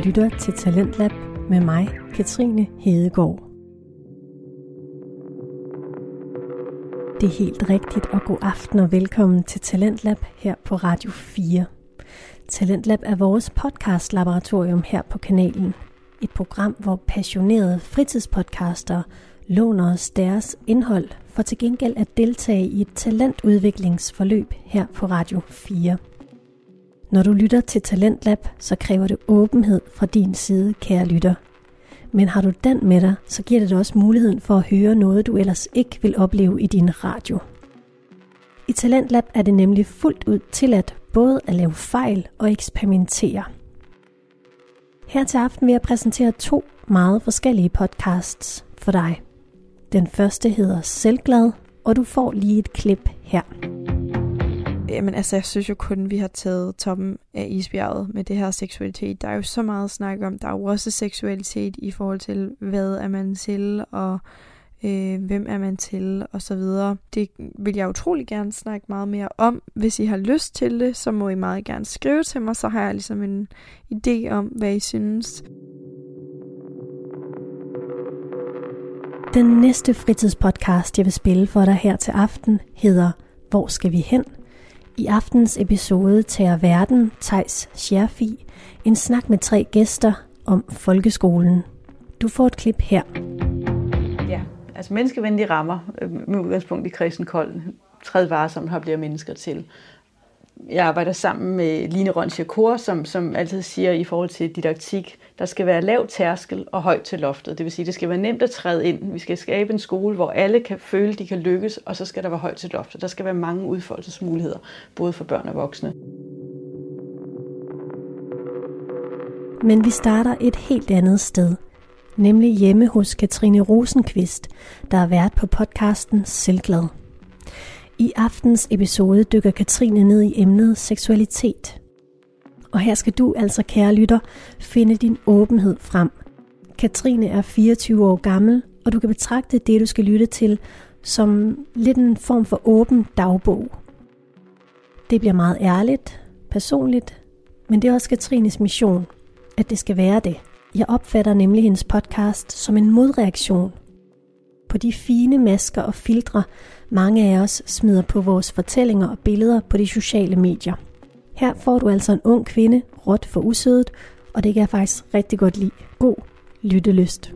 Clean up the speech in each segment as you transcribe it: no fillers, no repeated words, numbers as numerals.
lytter til Talentlab med mig, Katrine Hedegaard. Det er helt rigtigt, og god aften og velkommen til Talentlab her på Radio 4. Talentlab er vores podcastlaboratorium her på kanalen. Et program, hvor passionerede fritidspodcastere låner os deres indhold for til gengæld at deltage i et talentudviklingsforløb her på Radio 4. Når du lytter til Talentlab, så kræver det åbenhed fra din side, kære lytter. Men har du den med dig, så giver det dig også muligheden for at høre noget, du ellers ikke vil opleve i din radio. I Talentlab er det nemlig fuldt ud tilladt både at lave fejl og eksperimentere. Her til aften vil jeg præsentere 2 meget forskellige podcasts for dig. Den første hedder Selvglad, og du får lige et klip her. Jamen altså, jeg synes jo kun, vi har taget toppen af isbjerget med det her seksualitet. Der er jo så meget at snakke om. Der er jo også seksualitet i forhold til, hvad er man til, og hvem er man til, og så videre. Det vil jeg utrolig gerne snakke meget mere om. Hvis I har lyst til det, så må I meget gerne skrive til mig, så har jeg ligesom en idé om, hvad I synes. Den næste fritidspodcast, jeg vil spille for dig her til aften, hedder Hvor skal vi hen? I aftens episode tager værten Theis Scherfig en snak med 3 gæster om folkeskolen. Du får et klip her. Ja, altså menneskevenlige rammer med udgangspunkt i Christen Kold. Træd varsomt, her bliver mennesker til. Jeg arbejder sammen med Line Rønscher, som altid siger i forhold til didaktik, der skal være lav tærskel og højt til loftet. Det vil sige, det skal være nemt at træde ind. Vi skal skabe en skole, hvor alle kan føle, de kan lykkes, og så skal der være højt til loftet. Der skal være mange udfoldelsesmuligheder, både for børn og voksne. Men vi starter et helt andet sted, nemlig hjemme hos Katrine Rosenqvist, der er vært på podcasten Selvglad. I aftens episode dykker Katrine ned i emnet seksualitet. Og her skal du altså, kære lytter, finde din åbenhed frem. Katrine er 24 år gammel, og du kan betragte det, du skal lytte til, som lidt en form for åben dagbog. Det bliver meget ærligt, personligt, men det er også Katrines mission, at det skal være det. Jeg opfatter nemlig hendes podcast som en modreaktion på de fine masker og filtre, mange af os smider på vores fortællinger og billeder på de sociale medier. Her får du altså en ung kvinde, råt for usødet, og det kan jeg faktisk rigtig godt lide. God lyttelyst.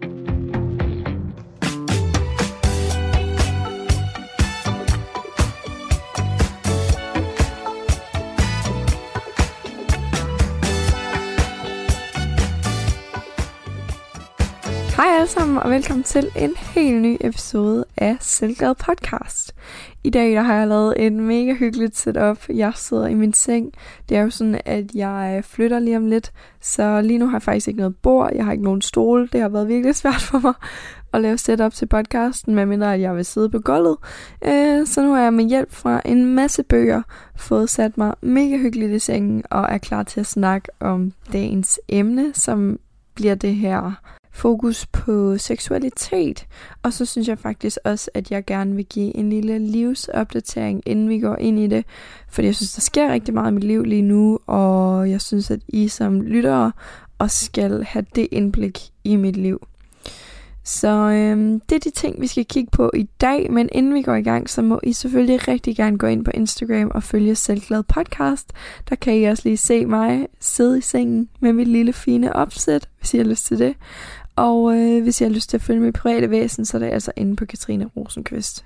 Hej alle sammen, og velkommen til en helt ny episode af Selvglad podcast. I dag der har jeg lavet en mega hyggeligt setup. Jeg sidder i min seng. Det er jo sådan, at jeg flytter lige om lidt, så lige nu har jeg faktisk ikke noget bord. Jeg har ikke nogen stole. Det har været virkelig svært for mig at lave setup til podcasten, medmindre at jeg vil sidde på gulvet. Så nu har jeg med hjælp fra en masse bøger fået sat mig mega hyggeligt i sengen og er klar til at snakke om dagens emne, som bliver det her fokus på seksualitet. Og så synes jeg faktisk også, at jeg gerne vil give en lille livsopdatering, inden vi går ind i det. Fordi jeg synes, der sker rigtig meget i mit liv lige nu, og jeg synes, at I som lyttere også skal have det indblik i mit liv. Så det er de ting, vi skal kigge på i dag, men inden vi går i gang, så må I selvfølgelig rigtig gerne gå ind på Instagram og følge Selvglad podcast. Der kan I også lige se mig sidde i sengen med mit lille fine opsæt, hvis I har lyst til det. Og hvis I har lyst til at følge mit private væsen, så er det altså inde på Katrine Rosenqvist.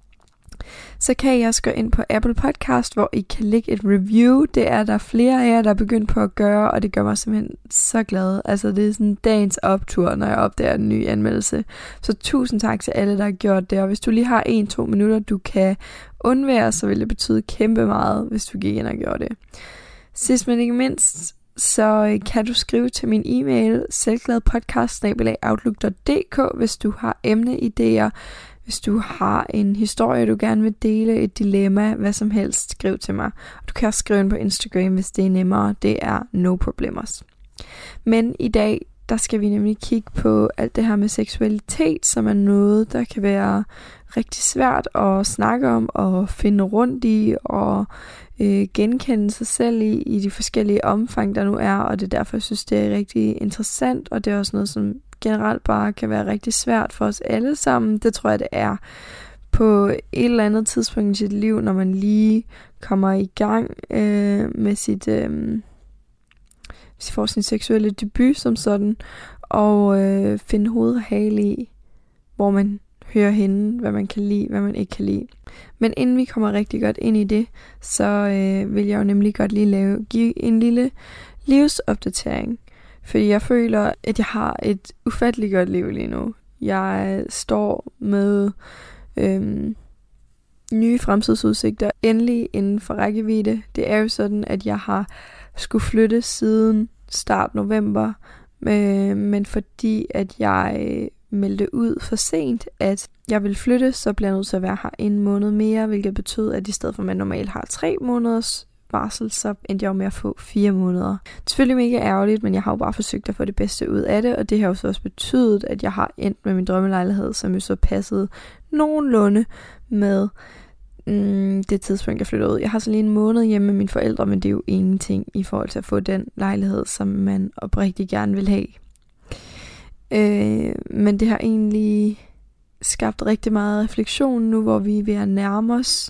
Så kan I også gå ind på Apple Podcast, hvor I kan lægge et review. Det er der flere af jer, der er begyndt på at gøre, og det gør mig simpelthen så glad. Altså det er sådan dagens optur, når jeg opdager en ny anmeldelse. Så tusind tak til alle, der har gjort det. Og hvis du lige har 1-2 minutter, du kan undvære, så vil det betyde kæmpe meget, hvis du gik ind og gjorde det. Sidst men ikke mindst, så kan du skrive til min e-mail selvgladpodcast@outlook.dk, hvis du har emneidéer, hvis du har en historie, du gerne vil dele, et dilemma, hvad som helst, skriv til mig. Du kan også skrive ind på Instagram, hvis det er nemmere. Det er no problemers. Men i dag, der skal vi nemlig kigge på alt det her med seksualitet, som er noget, der kan være rigtig svært at snakke om og finde rundt i og genkende sig selv i de forskellige omfang, der nu er, og det er derfor, jeg synes, det er rigtig interessant, og det er også noget, som generelt bare kan være rigtig svært for os alle sammen. Det tror jeg, det er på et eller andet tidspunkt i sit liv, når man lige kommer i gang med får sin seksuelle debut som sådan, og finde hoved og hale i, hvor man hører hende, hvad man kan lide, hvad man ikke kan lide. Men inden vi kommer rigtig godt ind i det, så vil jeg jo nemlig godt lige give en lille livsopdatering. Fordi jeg føler, at jeg har et ufatteligt godt liv lige nu. Jeg står med nye fremtidsudsigter endelig inden for rækkevidde. Det er jo sådan, at jeg har skulle flytte siden start november, men fordi at jeg meldte ud for sent, at jeg vil flytte, så bliver jeg nødt til at være her en måned mere, hvilket betød, at i stedet for at man normalt har 3 måneders varsel, så endte jeg jo med at få 4 måneder. Det er selvfølgelig mega ærgerligt, men jeg har jo bare forsøgt at få det bedste ud af det, og det har jo så også betydet, at jeg har endt med min drømmelejlighed, som jo så passede nogenlunde med det tidspunkt, jeg flyttede ud. Jeg har så lige en måned hjemme med mine forældre, men det er jo ingenting i forhold til at få den lejlighed, som man oprigtigt gerne vil have. Men det har egentlig skabt rigtig meget refleksion nu, hvor vi er ved at nærme os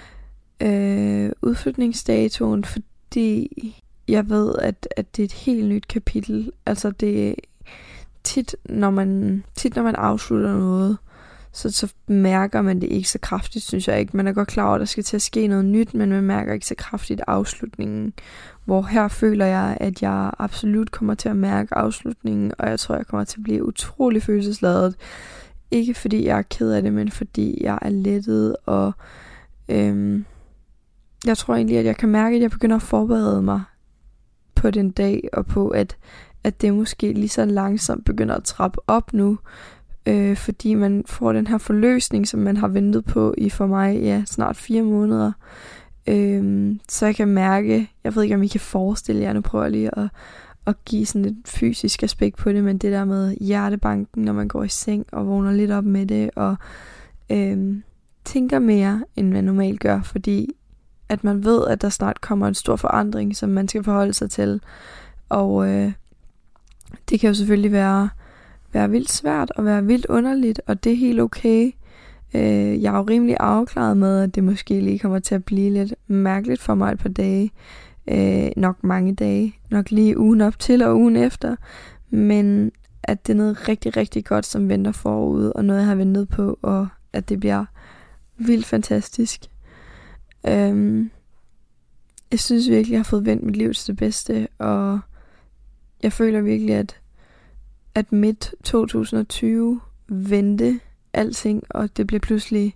udflytningsdatoen, fordi jeg ved, at det er et helt nyt kapitel. Altså det tit når man afslutter noget, så mærker man det ikke så kraftigt, synes jeg ikke. Man er godt klar over, at der skal til at ske noget nyt, men man mærker ikke så kraftigt afslutningen. Hvor her føler jeg, at jeg absolut kommer til at mærke afslutningen, og jeg tror, jeg kommer til at blive utrolig følelsesladet. Ikke fordi jeg er ked af det, men fordi jeg er lettet, og jeg tror egentlig, at jeg kan mærke, at jeg begynder at forberede mig på den dag, og på, at det måske lige så langsomt begynder at trappe op nu, fordi man får den her forløsning, som man har ventet på i for mig, snart 4 måneder. Så jeg kan mærke, jeg ved ikke, om I kan forestille jer, nu prøver jeg lige at give sådan et fysisk aspekt på det, men det der med hjertebanken, når man går i seng og vågner lidt op med det, og tænker mere, end man normalt gør, fordi at man ved, at der snart kommer en stor forandring, som man skal forholde sig til. Og det kan jo selvfølgelig være vildt svært og være vildt underligt, og det er helt okay. Jeg er jo rimelig afklaret med, at det måske lige kommer til at blive lidt mærkeligt for mig et par dage. Nok mange dage. Nok lige ugen op til og ugen efter. Men at det er noget rigtig, rigtig godt, som venter forude, og noget, jeg har ventet på, og at det bliver vildt fantastisk. Jeg synes virkelig, jeg har fået vendt mit liv til det bedste, og jeg føler virkelig, at midt 2020 vendte alting, og det blev pludselig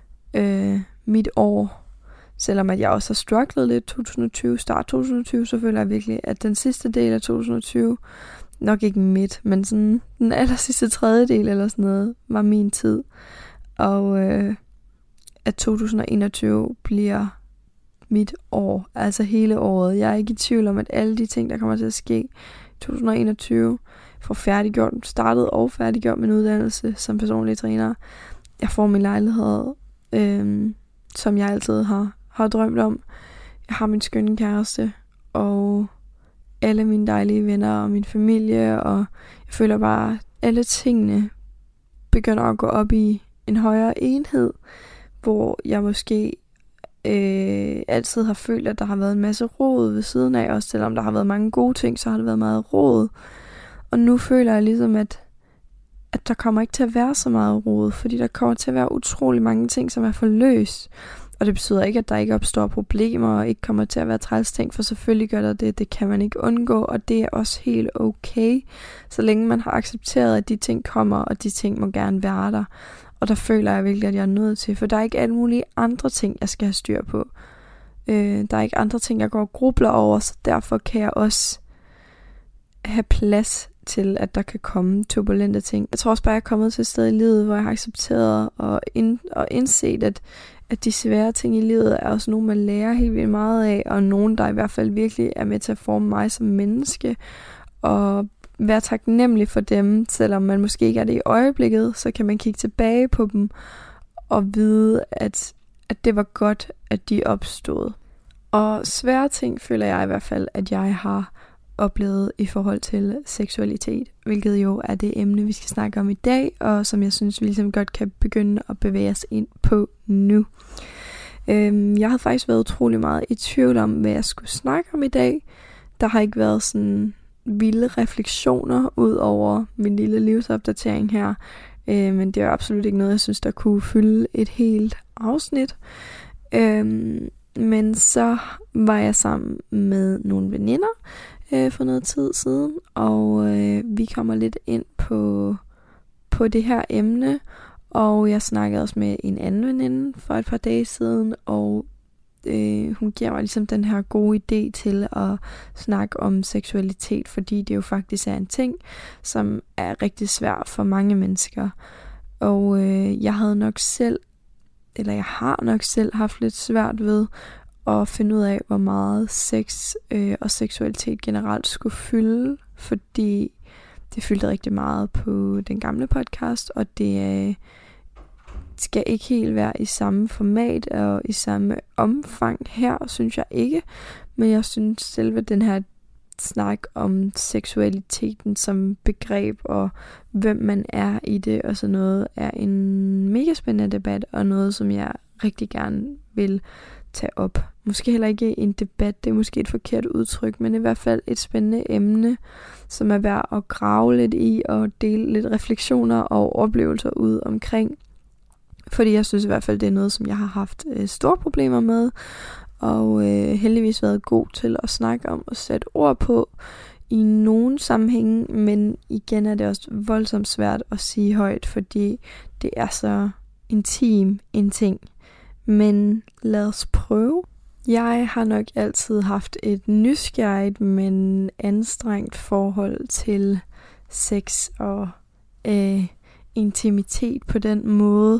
mit år. Selvom at jeg også har strugglet lidt 2020, start 2020, så føler jeg virkelig, at den sidste del af 2020, nok ikke midt, men sådan den aller sidste tredjedel eller sådan noget, var min tid. Og at 2021 bliver mit år, altså hele året. Jeg er ikke i tvivl om, at alle de ting, der kommer til at ske 2021, får startet og færdiggjort min uddannelse som personlig træner. Jeg får min lejlighed, som jeg altid har drømt om. Jeg har min skønne kæreste, og alle mine dejlige venner og min familie, og jeg føler bare, at alle tingene begynder at gå op i en højere enhed, hvor jeg måske altid har følt, at der har været en masse rod ved siden af, også selvom der har været mange gode ting, så har det været meget rod. Og nu føler jeg ligesom, at der kommer ikke til at være så meget rod, fordi der kommer til at være utrolig mange ting, som er forløst. Og det betyder ikke, at der ikke opstår problemer, og ikke kommer til at være træls ting, for selvfølgelig gør der det. Det kan man ikke undgå, og det er også helt okay, så længe man har accepteret, at de ting kommer, og de ting må gerne være der. Og der føler jeg virkelig, at jeg er nødt til, for der er ikke alle mulige andre ting, jeg skal have styr på. Der er ikke andre ting, jeg går og grubler over, så derfor kan jeg også have plads til, at der kan komme turbulente ting. Jeg tror også bare, jeg er kommet til et sted i livet, hvor jeg har accepteret og indset, at de svære ting i livet er også nogle, man lærer helt vildt meget af, og nogen, der i hvert fald virkelig er med til at forme mig som menneske, og være taknemmelig for dem, selvom man måske ikke er det i øjeblikket, så kan man kigge tilbage på dem, og vide, at det var godt, at de opstod. Og svære ting føler jeg i hvert fald, at jeg har oplevet i forhold til seksualitet, hvilket jo er det emne, vi skal snakke om i dag, og som jeg synes, vi ligesom godt kan begynde at bevæge os ind på nu. Jeg havde faktisk været utrolig meget i tvivl om, hvad jeg skulle snakke om i dag. Der har ikke været sådan vilde refleksioner ud over min lille livsopdatering her, men det er absolut ikke noget, jeg synes, der kunne fylde et helt afsnit. Men så var jeg sammen med nogle veninder for noget tid siden, og vi kommer lidt ind på det her emne, og jeg snakkede også med en anden veninde for et par dage siden, og hun giver mig ligesom den her gode idé til at snakke om seksualitet, fordi det jo faktisk er en ting, som er rigtig svært for mange mennesker. Og jeg har nok selv haft lidt svært ved at finde ud af, hvor meget sex og seksualitet generelt skulle fylde, fordi det fyldte rigtig meget på den gamle podcast, og det skal ikke helt være i samme format og i samme omfang her, synes jeg ikke. Men jeg synes selve den her snak om seksualiteten som begreb og hvem man er i det og sådan noget, er en mega spændende debat og noget, som jeg rigtig gerne vil tage op. Måske heller ikke en debat, det er måske et forkert udtryk, men i hvert fald et spændende emne, som er værd at grave lidt i og dele lidt refleksioner og oplevelser ud omkring. Fordi jeg synes i hvert fald, det er noget, som jeg har haft store problemer med, og heldigvis været god til at snakke om og sætte ord på i nogle sammenhænge, men igen er det også voldsomt svært at sige højt, fordi det er så intim en ting. Men lad os prøve. Jeg har nok altid haft et nysgerrigt, men anstrengt forhold til sex og intimitet på den måde,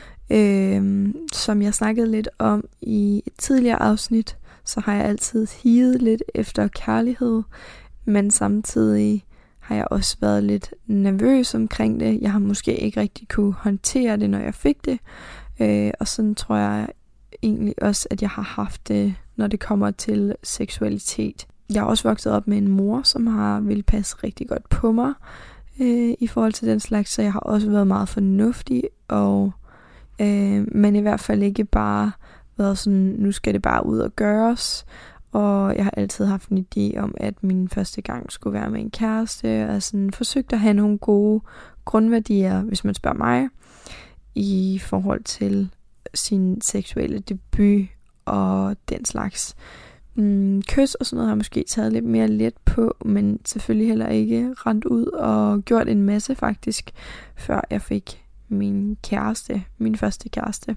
som jeg snakkede lidt om i et tidligere afsnit, så har jeg altid higet lidt efter kærlighed, men samtidig har jeg også været lidt nervøs omkring det. Jeg har måske ikke rigtig kunne håndtere det, når jeg fik det, og sådan tror jeg egentlig også, at jeg har haft det, når det kommer til seksualitet. Jeg har også vokset op med en mor, som har ville passe rigtig godt på mig i forhold til den slags, så jeg har også været meget fornuftig, og men i hvert fald ikke bare været sådan, nu skal det bare ud og gøres. Og jeg har altid haft en idé om, at min første gang skulle være med en kæreste, og sådan forsøgt at have nogle gode grundværdier, hvis man spørger mig, i forhold til sin seksuelle debut og den slags. Kys og sådan noget har jeg måske taget lidt mere let på, men selvfølgelig heller ikke rendt ud og gjort en masse faktisk, før jeg fik min første kæreste.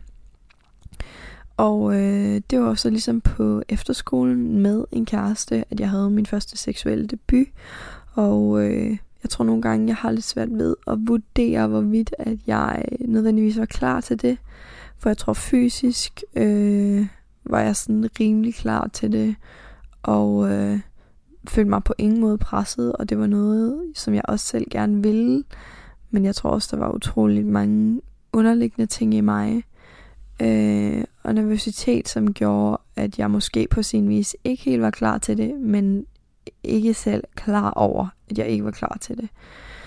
Og det var så ligesom på efterskolen med en kæreste, at jeg havde min første seksuelle debut. Og jeg tror nogle gange, jeg har lidt svært ved at vurdere, hvorvidt at jeg nødvendigvis var klar til det. For jeg tror fysisk var jeg sådan rimelig klar til det. Og følte mig på ingen måde presset, og det var noget, som jeg også selv gerne ville. Men jeg tror også, der var utroligt mange underliggende ting i mig. Og nervøsitet, som gjorde, at jeg måske på sin vis ikke helt var klar til det, men ikke selv klar over, at jeg ikke var klar til det.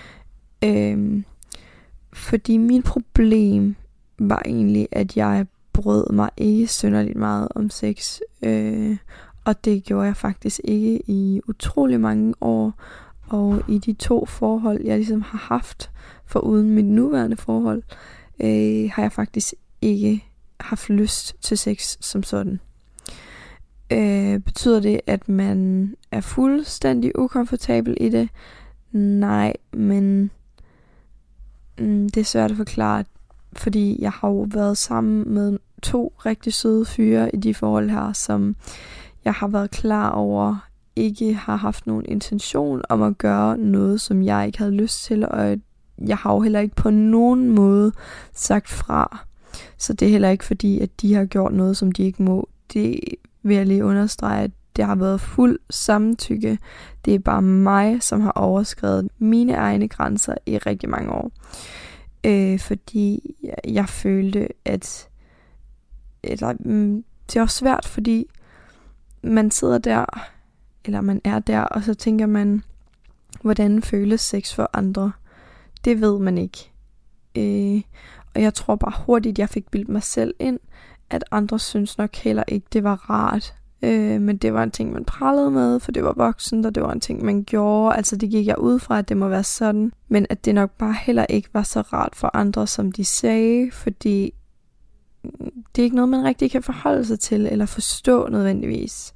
Fordi mit problem var egentlig, at jeg brød mig ikke synderligt meget om sex. Og det gjorde jeg faktisk ikke i utrolig mange år. Og i de 2 forhold, jeg ligesom har haft, foruden mit nuværende forhold, har jeg faktisk ikke haft lyst til sex som sådan. Betyder det, at man er fuldstændig ukomfortabel i det? Nej, men det er svært at forklare, fordi jeg har jo været sammen med 2 rigtig søde fyre i de forhold her, som jeg har været klar over ikke har haft nogen intention om at gøre noget, som jeg ikke havde lyst til, og jeg har jo heller ikke på nogen måde sagt fra. Så det er heller ikke fordi, at de har gjort noget, som de ikke må. Det vil jeg lige understrege, at det har været fuld samtykke. Det er bare mig, som har overskredet mine egne grænser i rigtig mange år. Fordi jeg følte, at det er også svært, fordi man sidder der, eller man er der, og så tænker man, hvordan føles sex for andre? Det ved man ikke. Og jeg tror bare hurtigt, jeg fik bildt mig selv ind, at andre synes nok heller ikke, det var rart. Men det var en ting, man prallede med, for det var voksen, og det var en ting, man gjorde. Altså det gik jeg ud fra, at det må være sådan. Men at det nok bare heller ikke var så rart for andre, som de sagde, fordi det er ikke noget, man rigtig kan forholde sig til, eller forstå nødvendigvis.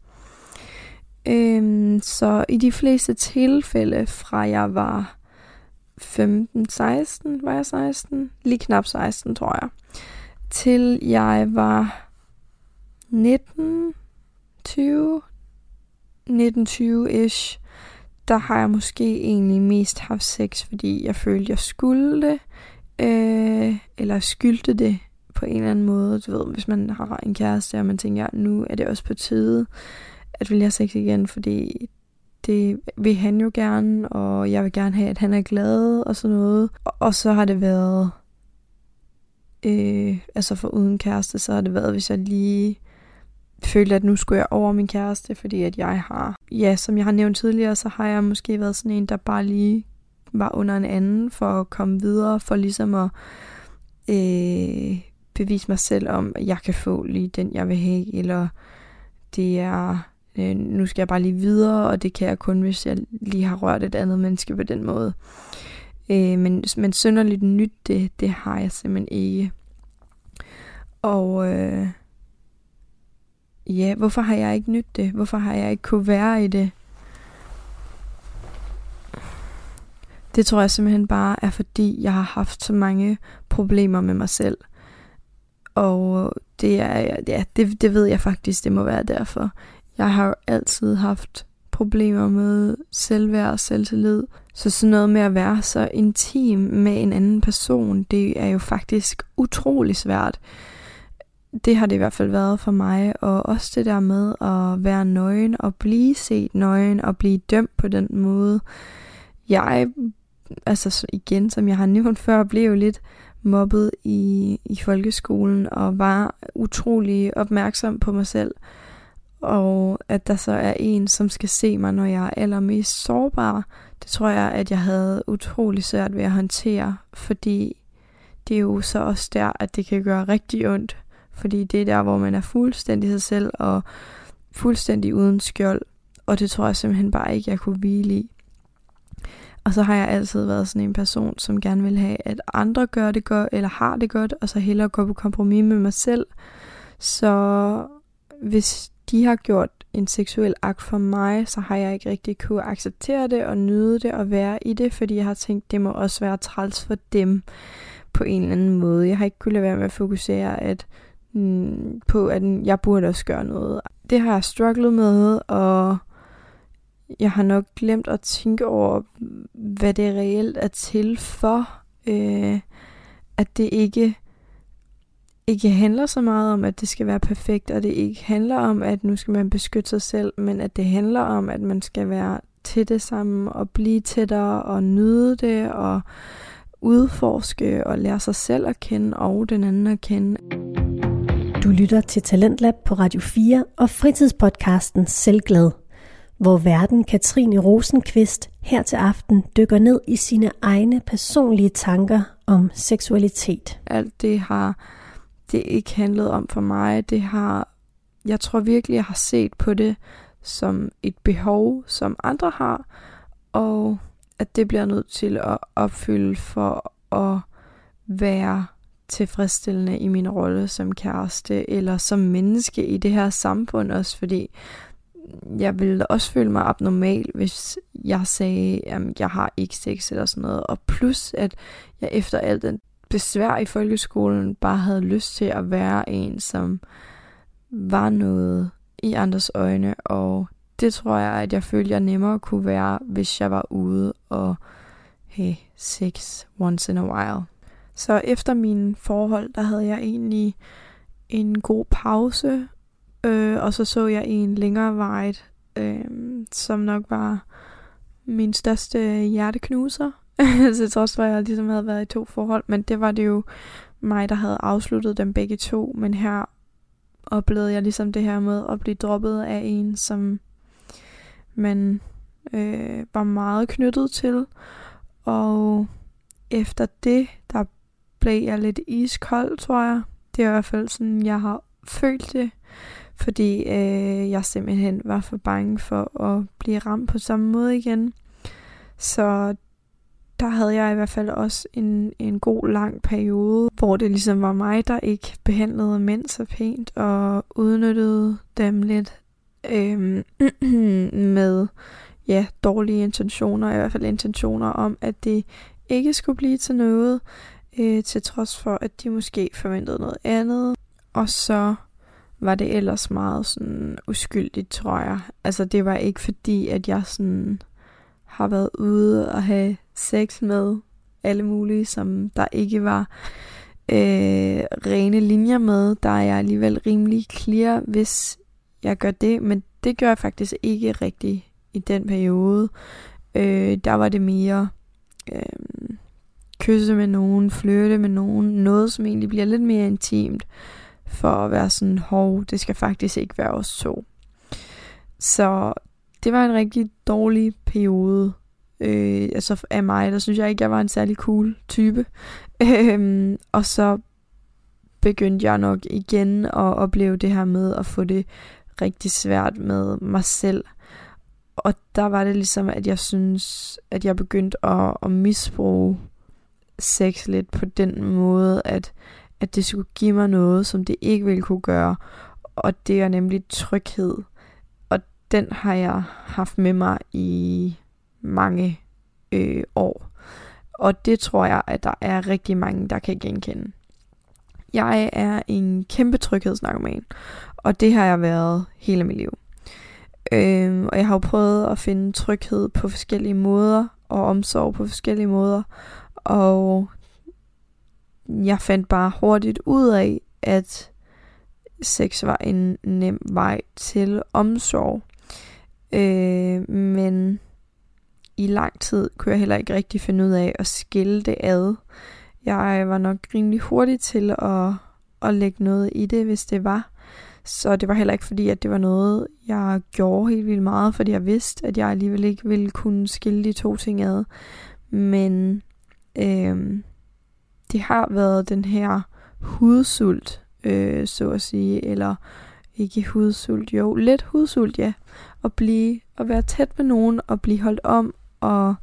Så i de fleste tilfælde, fra jeg var 15, 16, var jeg 16? Lige knap 16, tror jeg. Til jeg var 19-20-ish, der har jeg måske egentlig mest haft sex, fordi jeg følte, jeg skulle det, eller skyldte det på en eller anden måde. Du ved, hvis man har en kæreste, og man tænker, nu er det også på tide, at vil jeg have sex igen, fordi det vil han jo gerne, og jeg vil gerne have, at han er glad, og sådan noget. Og så har det været, altså for uden kæreste, så har det været, hvis jeg lige følte, at nu skulle jeg over min kæreste, fordi at jeg har, ja, som jeg har nævnt tidligere, så har jeg måske været sådan en, der bare lige var under en anden, for at komme videre, for ligesom at bevise mig selv om, at jeg kan få lige den, jeg vil have, eller det er, nu skal jeg bare lige videre, og det kan jeg kun, hvis jeg lige har rørt et andet menneske på den måde. Men synderligt nyt, det har jeg simpelthen ikke. Og ja, hvorfor har jeg ikke nydt det? Hvorfor har jeg ikke kunne være i det? Det tror jeg simpelthen bare er, fordi jeg har haft så mange problemer med mig selv. Og det er, ja, det ved jeg faktisk, det må være derfor. Jeg har jo altid haft problemer med selvværd og selvtillid. Så sådan noget med at være så intim med en anden person, det er jo faktisk utrolig svært. Det har det i hvert fald været for mig. Og også det der med at være nøgen og blive set nøgen og blive dømt på den måde. Jeg, altså igen, som jeg har nævnt før, blev jo lidt mobbet i folkeskolen og var utrolig opmærksom på mig selv. Og at der så er en, som skal se mig, når jeg er allermest sårbar, det tror jeg, at jeg havde utrolig svært ved at håndtere, fordi det er jo så også der, at det kan gøre rigtig ondt, fordi det er der, hvor man er fuldstændig sig selv og fuldstændig uden skjold, og det tror jeg simpelthen bare ikke, jeg kunne hvile i. Og så har jeg altid været sådan en person, som gerne vil have, at andre gør det godt, eller har det godt, og så hellere gå på kompromis med mig selv. Så hvis de har gjort en seksuel akt for mig, så har jeg ikke rigtig kunne acceptere det og nyde det og være i det, fordi jeg har tænkt, det må også være træls for dem på en eller anden måde. Jeg har ikke kunnet lade være med at fokusere på, at jeg burde også gøre noget. Det har jeg strugglet med, og jeg har nok glemt at tænke over, hvad det reelt er til for, at det ikke handler så meget om, at det skal være perfekt, og det ikke handler om, at nu skal man beskytte sig selv, men at det handler om, at man skal være til det sammen, og blive tættere, og nyde det, og udforske, og lære sig selv at kende, og den anden at kende. Du lytter til Talentlab på Radio 4 og fritidspodcasten Selvglad, hvor værten Katrine Rosenqvist her til aften dykker ned i sine egne personlige tanker om seksualitet. Alt det har det ikke handlet om for mig. Jeg tror virkelig, jeg har set på det som et behov, som andre har, og at det bliver nødt til at opfylde for at være tilfredsstillende i min rolle som kæreste, eller som menneske i det her samfund også, fordi jeg ville også føle mig abnormal, hvis jeg sagde, at jeg har ikke sex eller sådan noget, og plus at jeg efter alt den besvær i folkeskolen bare havde lyst til at være en, som var noget i andres øjne, og det tror jeg, at jeg følte, jeg nemmere kunne være, hvis jeg var ude og have sex once in a while. Så efter mine forhold, der havde jeg egentlig en god pause, og så jeg en længerevarigt, som nok var min største hjerteknuser. Så trods for, at jeg ligesom havde været i 2 forhold, men det var det jo mig, der havde afsluttet dem begge 2, men her oplevede jeg ligesom det her med at blive droppet af en, som man var meget knyttet til. Og efter det, der blev jeg lidt iskold, tror jeg. Det er i hvert fald sådan, jeg har følt det. Fordi jeg simpelthen var for bange for at blive ramt på samme måde igen. Så der havde jeg i hvert fald også en god lang periode, hvor det ligesom var mig, der ikke behandlede mænd så pænt og udnyttede dem lidt med dårlige intentioner, i hvert fald intentioner om, at det ikke skulle blive til noget, til trods for, at de måske forventede noget andet. Og så var det ellers meget sådan uskyldigt, tror jeg. Altså det var ikke fordi, at jeg sådan har været ude og have sex med alle mulige, som der ikke var rene linjer med. Der er jeg alligevel rimelig clear, hvis jeg gør det, men det gør jeg faktisk ikke rigtigt i den periode. Der var det mere kysse med nogen, flirte med nogen, noget som egentlig bliver lidt mere intimt, for at være sådan, det skal faktisk ikke være os to. Så det var en rigtig dårlig periode. Altså af mig, der synes jeg ikke, jeg var en særlig cool type. Og så begyndte jeg nok igen at opleve det her med at få det rigtig svært med mig selv. Og der var det ligesom, at jeg synes, at jeg begyndte at misbruge sex lidt på den måde, at det skulle give mig noget, som det ikke ville kunne gøre. Og det er nemlig tryghed. Og den har jeg haft med mig i mange år. Og det tror jeg, at der er rigtig mange, der kan genkende. Jeg er en kæmpe tryghedsnarkoman. Og det har jeg været hele mit liv. Og jeg har jo prøvet at finde tryghed på forskellige måder. Og omsorg på forskellige måder. Og jeg fandt bare hurtigt ud af, at sex var en nem vej til omsorg. Men i lang tid kunne jeg heller ikke rigtig finde ud af at skille det ad. Jeg var nok rimelig hurtig til at lægge noget i det, hvis det var. Så det var heller ikke fordi, at det var noget, jeg gjorde helt vildt meget, fordi jeg vidste, at jeg alligevel ikke ville kunne skille de to ting ad. Men det har været den her hudsult, så at sige, eller ikke hudsult, jo, lidt hudsult, ja. At være tæt med nogen, og blive holdt om, og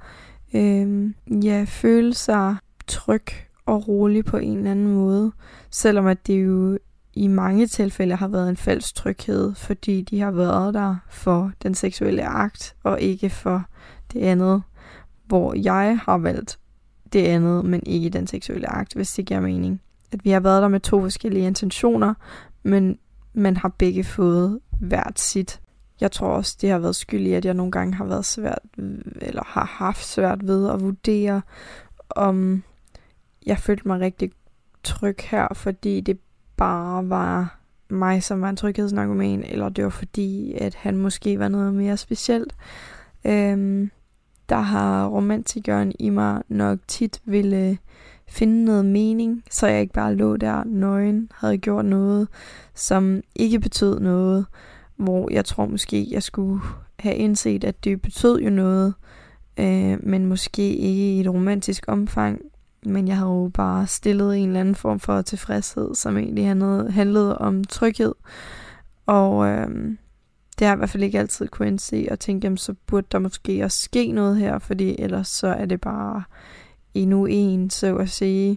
føle sig tryg og rolig på en eller anden måde. Selvom at det jo i mange tilfælde har været en falsk tryghed, fordi de har været der for den seksuelle akt, og ikke for det andet, hvor jeg har valgt det andet, men ikke den seksuelle akt, hvis det giver mening. At vi har været der med to forskellige intentioner, men man har begge fået hvert sit. Jeg tror også, det har været skyld i, at jeg nogle gange har været svært, eller har haft svært ved at vurdere, om jeg følte mig rigtig tryg her, fordi det bare var mig, som var en tryghedsnarkoman, eller det var fordi, at han måske var noget mere specielt. Der har romantikeren i mig nok tit ville finde noget mening, så jeg ikke bare lå der nøgen, havde gjort noget, som ikke betød noget, hvor jeg tror måske, jeg skulle have indset, at det betød jo noget, men måske ikke i et romantisk omfang, men jeg havde jo bare stillet en eller anden form for tilfredshed, som egentlig handlede om tryghed, og det har jeg i hvert fald ikke altid kunne indse, og tænke, jamen, så burde der måske også ske noget her, fordi ellers så er det bare endnu en, så at sige.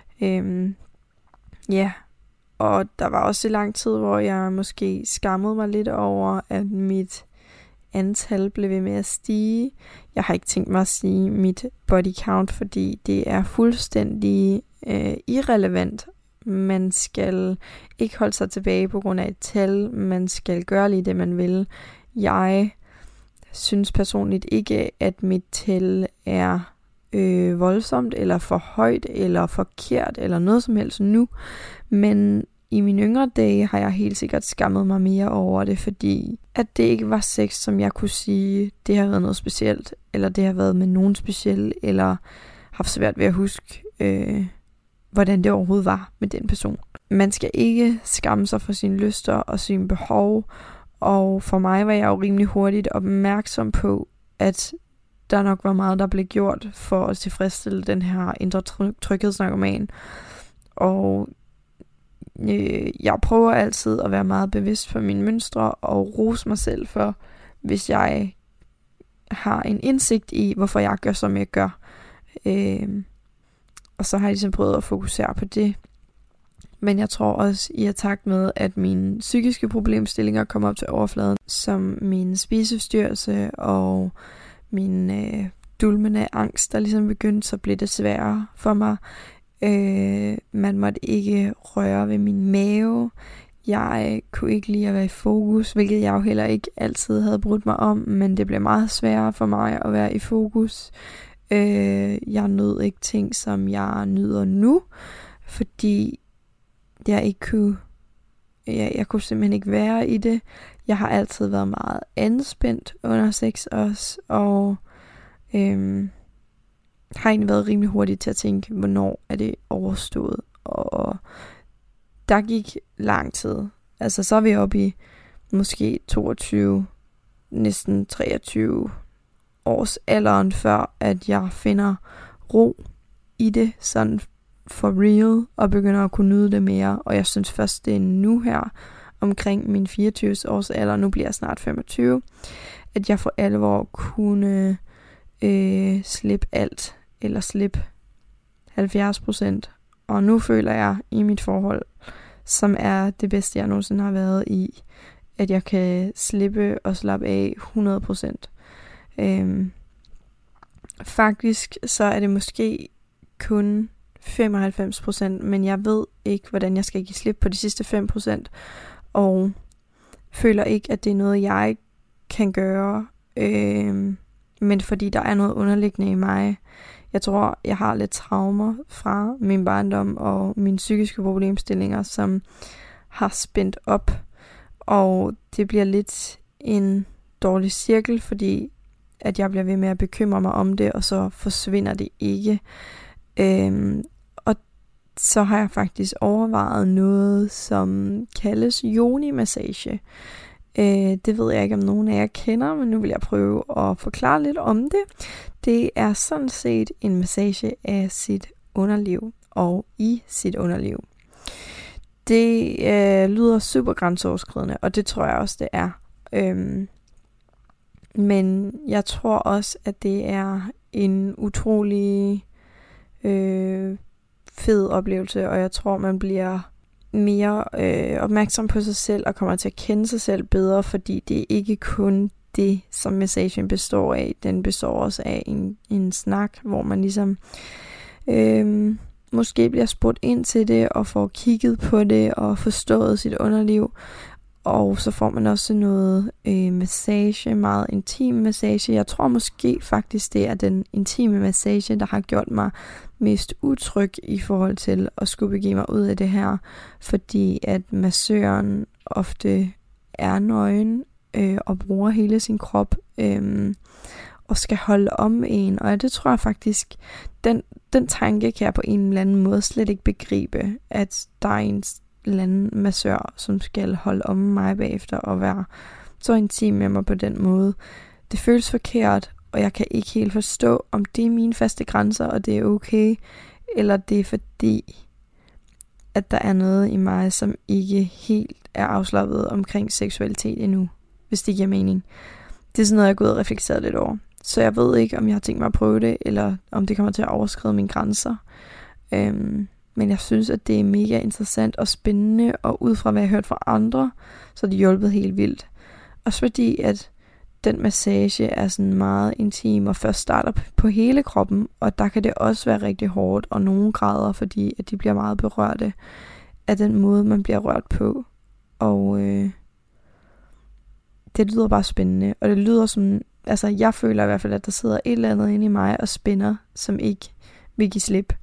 Og der var også en lang tid, hvor jeg måske skammede mig lidt over, at mit antal blev ved med at stige. Jeg har ikke tænkt mig at sige mit body count, fordi det er fuldstændig irrelevant. Man skal ikke holde sig tilbage på grund af et tal. Man skal gøre lige det, man vil. Jeg synes personligt ikke, at mit tal er voldsomt, eller for højt, eller forkert, eller noget som helst nu. Men i mine yngre dage har jeg helt sikkert skammet mig mere over det, fordi at det ikke var sex, som jeg kunne sige, det har været noget specielt, eller det har været med nogen speciel, eller haft svært ved at huske hvordan det overhovedet var med den person. Man skal ikke skamme sig for sine lyster og sine behov, og for mig var jeg jo rimelig hurtigt opmærksom på, at der nok var meget, der blev gjort for at tilfredsstille den her indre tryghedsnarkoman. Og jeg prøver altid at være meget bevidst på mine mønstre og rose mig selv for, hvis jeg har en indsigt i, hvorfor jeg gør, som jeg gør. Og så har jeg ligesom prøvet at fokusere på det. Men jeg tror også i takt med, at mine psykiske problemstillinger kommer op til overfladen, som min spiseforstyrrelse og min dulmende angst, der ligesom begyndte, så blev det sværere for mig. Man måtte ikke røre ved min mave. Jeg kunne ikke lide at være i fokus, hvilket jeg jo heller ikke altid havde brudt mig om, men det blev meget sværere for mig at være i fokus. Jeg nød ikke ting, som jeg nyder nu, fordi jeg ikke kunne, jeg kunne simpelthen ikke være i det. Jeg har altid været meget anspændt under sex også, og har egentlig været rimelig hurtigt til at tænke, hvornår er det overstået. Og der gik lang tid. Altså så er vi oppe i måske 22, næsten 23 års alderen, før at jeg finder ro i det, sådan for real, og begynder at kunne nyde det mere. Og jeg synes først, det er nu her, omkring min 24 års alder, nu bliver jeg snart 25, at jeg for alvor kunne slippe alt, eller slippe 70%. Og nu føler jeg i mit forhold, som er det bedste, jeg nogensinde har været i, at jeg kan slippe og slappe af 100%. Faktisk så er det måske kun 95%, men jeg ved ikke, hvordan jeg skal give slip på de sidste 5%, og føler ikke, at det er noget, jeg kan gøre, men fordi der er noget underliggende i mig. Jeg tror, jeg har lidt traumer fra min barndom og mine psykiske problemstillinger, som har spændt op, og det bliver lidt en dårlig cirkel, fordi at jeg bliver ved med at bekymre mig om det, og så forsvinder det ikke. Og så har jeg faktisk overvejet noget, som kaldes yoni-massage. Det ved jeg ikke, om nogen af jer kender, men nu vil jeg prøve at forklare lidt om det. Det er sådan set en massage af sit underliv og i sit underliv. Det lyder super grænseoverskridende, og det tror jeg også, det er. Men jeg tror også, at det er en utrolig fed oplevelse, og jeg tror, man bliver mere opmærksom på sig selv og kommer til at kende sig selv bedre, fordi det er ikke kun det, som massagen består af. Den består også af en snak, hvor man ligesom måske bliver spurgt ind til det og får kigget på det og forstået sit underliv. Og så får man også noget massage, meget intim massage. Jeg tror måske faktisk, det er den intime massage, der har gjort mig mest utryg i forhold til at skulle begive mig ud af det her. Fordi at massøren ofte er nøgen og bruger hele sin krop og skal holde om en. Og det tror jeg faktisk, den tanke kan jeg på en eller anden måde slet ikke begribe, at der er en eller anden massør, som skal holde om mig bagefter og være så intim med mig på den måde. Det føles forkert, og jeg kan ikke helt forstå, om det er mine faste grænser, og det er okay, eller det er fordi, at der er noget i mig, som ikke helt er afslappet omkring seksualitet endnu, hvis det giver mening. Det er sådan noget, jeg er gået og reflekteret lidt over. Så jeg ved ikke, om jeg har tænkt mig at prøve det, eller om det kommer til at overskride mine grænser. Men jeg synes, at det er mega interessant og spændende, og ud fra hvad jeg har hørt fra andre, så er det hjulpet helt vildt. Også fordi, at den massage er sådan meget intim, og først starter på hele kroppen, og der kan det også være rigtig hårdt, og nogle grader, fordi at de bliver meget berørte af den måde, man bliver rørt på. Og det lyder bare spændende, og det lyder som, altså jeg føler i hvert fald, at der sidder et eller andet inde i mig og spænder, som ikke vil give slip.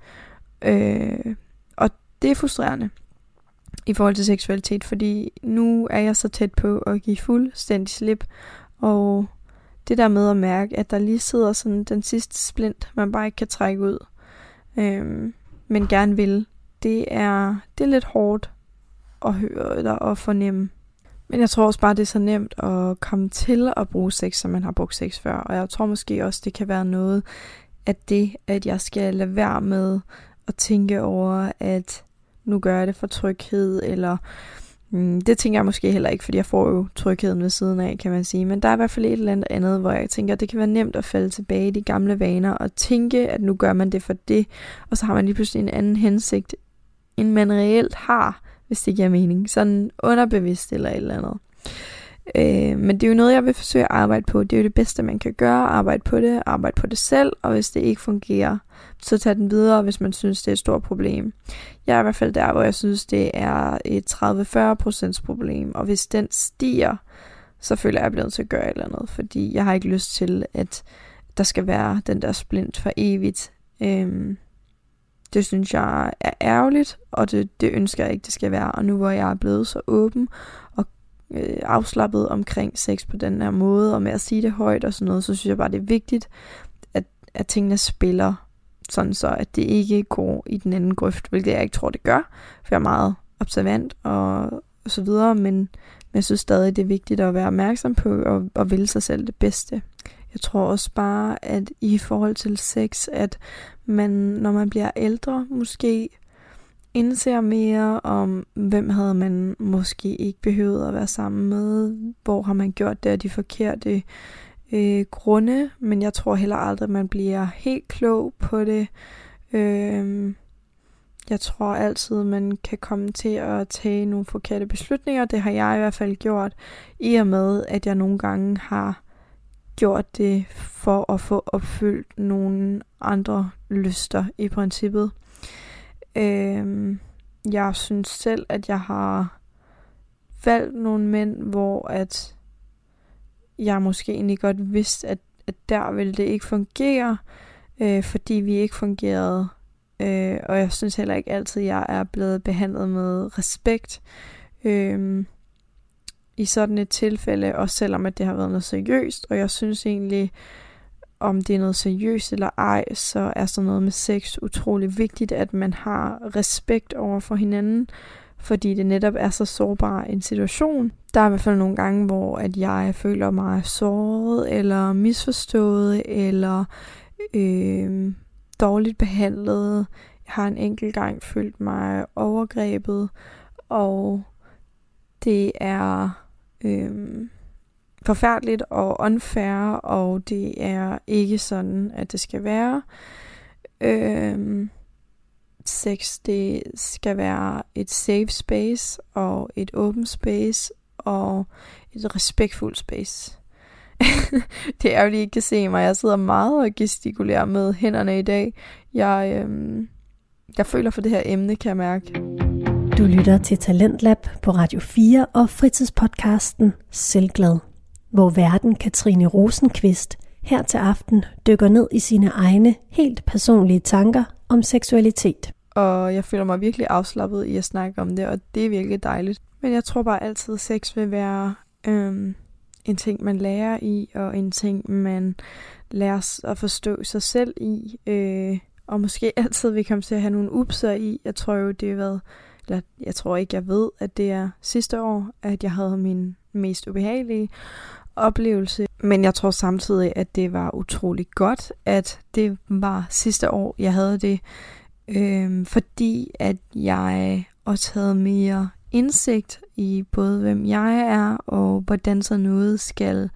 Og det er frustrerende i forhold til seksualitet, fordi nu er jeg så tæt på at give fuldstændig slip, og det der med at mærke, at der lige sidder sådan den sidste splint, man bare ikke kan trække ud, men gerne vil, det er lidt hårdt at høre eller at fornemme. Men jeg tror også bare, det er så nemt at komme til at bruge sex, som man har brugt sex før. Og jeg tror måske også, det kan være noget af det, at jeg skal lade være med at tænke over, at nu gør jeg det for tryghed, eller det tænker jeg måske heller ikke, fordi jeg får jo trygheden ved siden af, kan man sige. Men der er i hvert fald et eller andet, hvor jeg tænker, at det kan være nemt at falde tilbage i de gamle vaner, og tænke, at nu gør man det for det, og så har man lige pludselig en anden hensigt, end man reelt har, hvis det giver mening. Sådan underbevidst eller et eller andet. Men det er jo noget, jeg vil forsøge at arbejde på. Det er jo det bedste, man kan gøre. Arbejde på det selv, og hvis det ikke fungerer, så tag den videre, hvis man synes, det er et stort problem. Jeg er i hvert fald der, hvor jeg synes, det er et 30-40% problem, og hvis den stiger, så føler jeg, at jeg bliver nødt til at gøre et eller andet, fordi jeg har ikke lyst til, at der skal være den der splint for evigt. Det synes jeg er ærgerligt, og det ønsker jeg ikke, det skal være. Og nu hvor jeg er blevet så åben og afslappet omkring sex på den her måde, og med at sige det højt og sådan noget, så synes jeg bare, det er vigtigt, at tingene spiller sådan så, at det ikke går i den anden grøft, hvilket jeg ikke tror, det gør, for jeg er meget observant og så videre, men jeg synes stadig, det er vigtigt at være opmærksom på og vælge sig selv det bedste. Jeg tror også bare, at i forhold til sex, at man, når man bliver ældre, måske indser mere om, hvem havde man måske ikke behøvet at være sammen med, hvor har man gjort det af de forkerte grunde, men jeg tror heller aldrig, at man bliver helt klog på det. Jeg tror altid, man kan komme til at tage nogle forkerte beslutninger. Det har jeg i hvert fald gjort, i og med, at jeg nogle gange har gjort det for at få opfyldt nogle andre lyster i princippet. Jeg synes selv, at jeg har valgt nogle mænd, hvor at jeg måske egentlig godt vidste, at der ville det ikke fungere, fordi vi ikke fungerede. Og jeg synes heller ikke altid, at jeg er blevet behandlet med respekt i sådan et tilfælde, også selvom at det har været noget seriøst. Og jeg synes egentlig, om det er noget seriøst eller ej, så er sådan noget med sex utrolig vigtigt, at man har respekt over for hinanden, fordi det netop er så sårbar en situation. Der er i hvert fald nogle gange, hvor at jeg føler mig såret, eller misforstået, eller dårligt behandlet. Jeg har en enkelt gang følt mig overgrebet, og det er forfærdeligt og unfair, og det er ikke sådan, at det skal være. Sex, det skal være et safe space, og et open space, og et respektfuldt space. Det er jo lige ikke kan se mig. Jeg sidder meget og gestikulerer med hænderne i dag. Jeg føler for det her emne, kan jeg mærke. Du lytter til Talentlab på Radio 4 og fritidspodcasten Selvglad, hvor værten Katrine Rosenqvist her til aften dykker ned i sine egne helt personlige tanker om seksualitet. Og jeg føler mig virkelig afslappet i at snakke om det, og det er virkelig dejligt. Men jeg tror bare altid, at sex vil være en ting, man lærer i, og en ting, man lærer at forstå sig selv i. Og måske altid vil komme til at have nogle upser i. Jeg tror jo, det har været, eller jeg tror ikke, jeg ved, at det er sidste år, at jeg havde min mest ubehagelige oplevelse. Men jeg tror samtidig, at det var utrolig godt, at det var sidste år, jeg havde det. Fordi at jeg også havde mere indsigt i både hvem jeg er, og hvordan så noget skal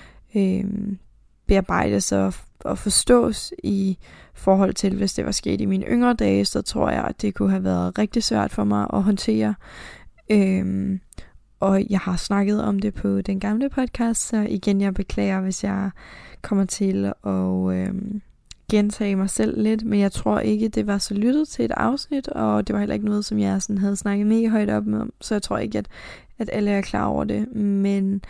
bearbejdes og forstås i forhold til, hvis det var sket i mine yngre dage, så tror jeg, at det kunne have været rigtig svært for mig at håndtere. Og jeg har snakket om det på den gamle podcast, så igen, jeg beklager, hvis jeg kommer til at gentage mig selv lidt, men jeg tror ikke, det var så lyttet til et afsnit, og det var heller ikke noget, som jeg sådan havde snakket mega højt op om, så jeg tror ikke, at alle er klar over det, men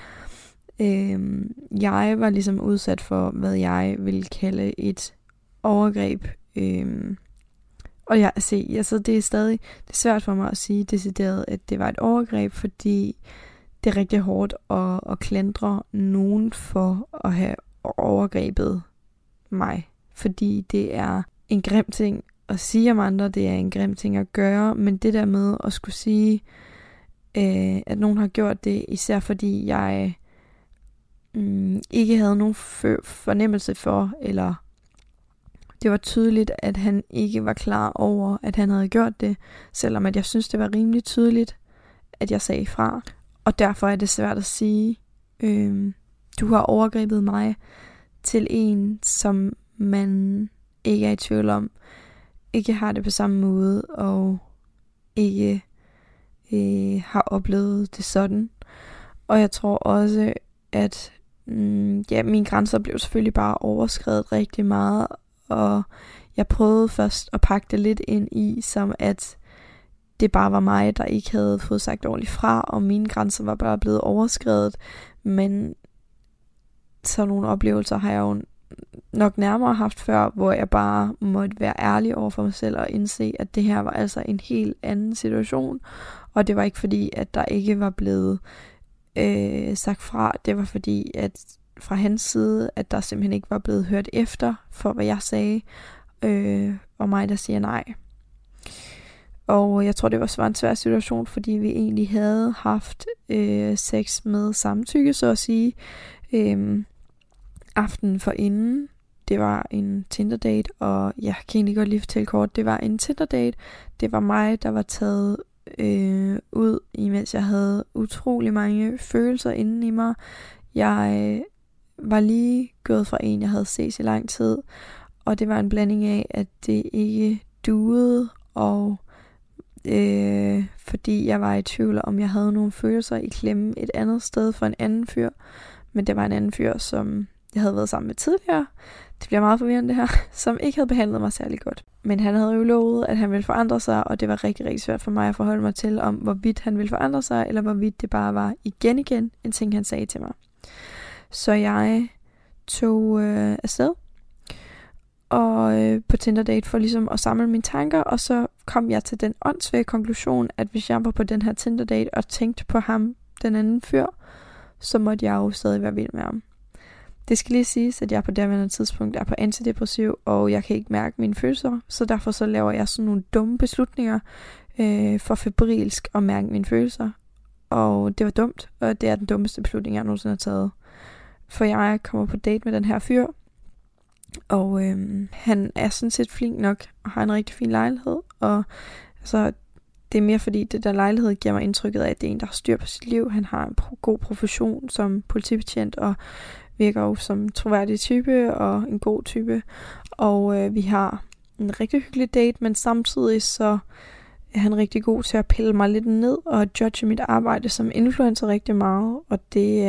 jeg var ligesom udsat for, hvad jeg vil kalde et overgreb, og det er stadig det er svært for mig at sige decideret, at det var et overgreb, fordi det er rigtig hårdt at klandre nogen for at have overgrebet mig, fordi det er en grim ting at sige om andre, det er en grim ting at gøre, men det der med at skulle sige, at nogen har gjort det, især fordi jeg ikke havde nogen fornemmelse for, eller det var tydeligt, at han ikke var klar over, at han havde gjort det, selvom at jeg synes, det var rimelig tydeligt, at jeg sagde fra. Og derfor er det svært at sige, du har overgrebet mig til en, som man ikke er i tvivl om, ikke har det på samme måde, og ikke har oplevet det sådan. Og jeg tror også, at mine grænser blev selvfølgelig bare overskredet rigtig meget, og jeg prøvede først at pakke det lidt ind i, som at det bare var mig, der ikke havde fået sagt ordentligt fra, og mine grænser var bare blevet overskredet. Men sådan nogle oplevelser har jeg jo nok nærmere haft før, hvor jeg bare måtte være ærlig over for mig selv og indse, at det her var altså en helt anden situation, og det var ikke fordi, at der ikke var blevet sagt fra. Det var fordi, at fra hans side, at der simpelthen ikke var blevet hørt efter for, hvad jeg sagde, og mig, der siger nej. Og jeg tror, det var en svær situation, fordi vi egentlig havde haft sex med samtykke, så at sige, aftenen forinden. Det var en Tinder-date, og jeg kan egentlig godt lige fortælle kort, det var en Tinder-date. Det var mig, der var taget ud, imens jeg havde utrolig mange følelser inden i mig. Jeg var lige gået fra en, jeg havde set i lang tid, og det var en blanding af, at det ikke duede, og fordi jeg var i tvivl om, jeg havde nogle følelser i klemme et andet sted for en anden fyr, men det var en anden fyr, som jeg havde været sammen med tidligere. Det bliver meget forvirrende det her, som ikke havde behandlet mig særlig godt. Men han havde jo lovet, at han ville forandre sig, og det var rigtig, rigtig svært for mig at forholde mig til, om hvorvidt han ville forandre sig, eller hvorvidt det bare var igen en ting, han sagde til mig. Så jeg tog afsted og på Tinder-date for ligesom at samle mine tanker, og så kom jeg til den åndssvage konklusion, at hvis jeg var på den her Tinder-date og tænkte på ham, den anden fyr, så måtte jeg jo stadig være vild med ham. Det skal lige siges, at jeg på derværende tidspunkt er på antidepressiv, og jeg kan ikke mærke mine følelser, så derfor så laver jeg sådan nogle dumme beslutninger for febrilsk at mærke mine følelser. Og det var dumt, og det er den dummeste beslutning, jeg nogensinde har taget. For jeg kommer på date med den her fyr, og han er sådan set flink nok, og har en rigtig fin lejlighed, og altså, det er mere fordi, det der lejlighed giver mig indtrykket af, at det er en, der har styr på sit liv. Han har en god profession som politibetjent, og virker jo som troværdig type, og en god type. Og vi har en rigtig hyggelig date, men samtidig så er han rigtig god til at pille mig lidt ned, og judge mit arbejde som influencer rigtig meget, og det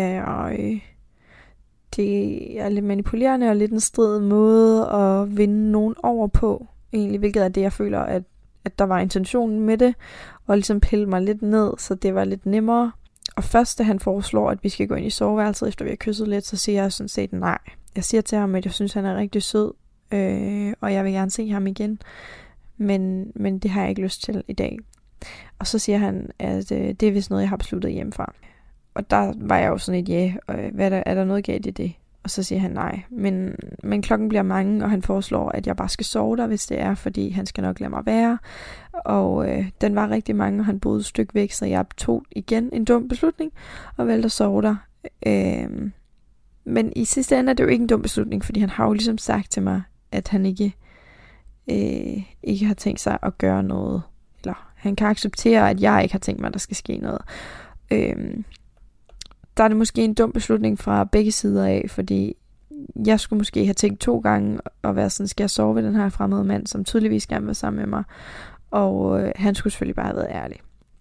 er lidt manipulerende, og lidt en strid måde at vinde nogen over på, egentlig, hvilket er det, jeg føler, at der var intentionen med det, og ligesom pille mig lidt ned, så det var lidt nemmere. Og først, da han foreslår, at vi skal gå ind i soveværelset, efter vi har kysset lidt, så siger jeg sådan set nej. Jeg siger til ham, at jeg synes, han er rigtig sød, og jeg vil gerne se ham igen, men det har jeg ikke lyst til i dag. Og så siger han, at det er vist noget, jeg har besluttet hjemmefra. Og der var jeg jo sådan et ja, er der noget galt i det? Og så siger han nej, men klokken bliver mange, og han foreslår, at jeg bare skal sove der, hvis det er, fordi han skal nok lade mig være. Og den var rigtig mange, og han boede et stykke væk, så jeg tog igen en dum beslutning, og valgte at sove der. Men i sidste ende er det jo ikke en dum beslutning, fordi han har jo ligesom sagt til mig, at han ikke har tænkt sig at gøre noget, eller han kan acceptere, at jeg ikke har tænkt mig, at der skal ske noget. Der er det måske en dum beslutning fra begge sider af, fordi jeg skulle måske have tænkt 2 gange og være sådan, skal jeg sove ved den her fremmede mand, som tydeligvis gerne vil være sammen med mig, og han skulle selvfølgelig bare have været ærlig.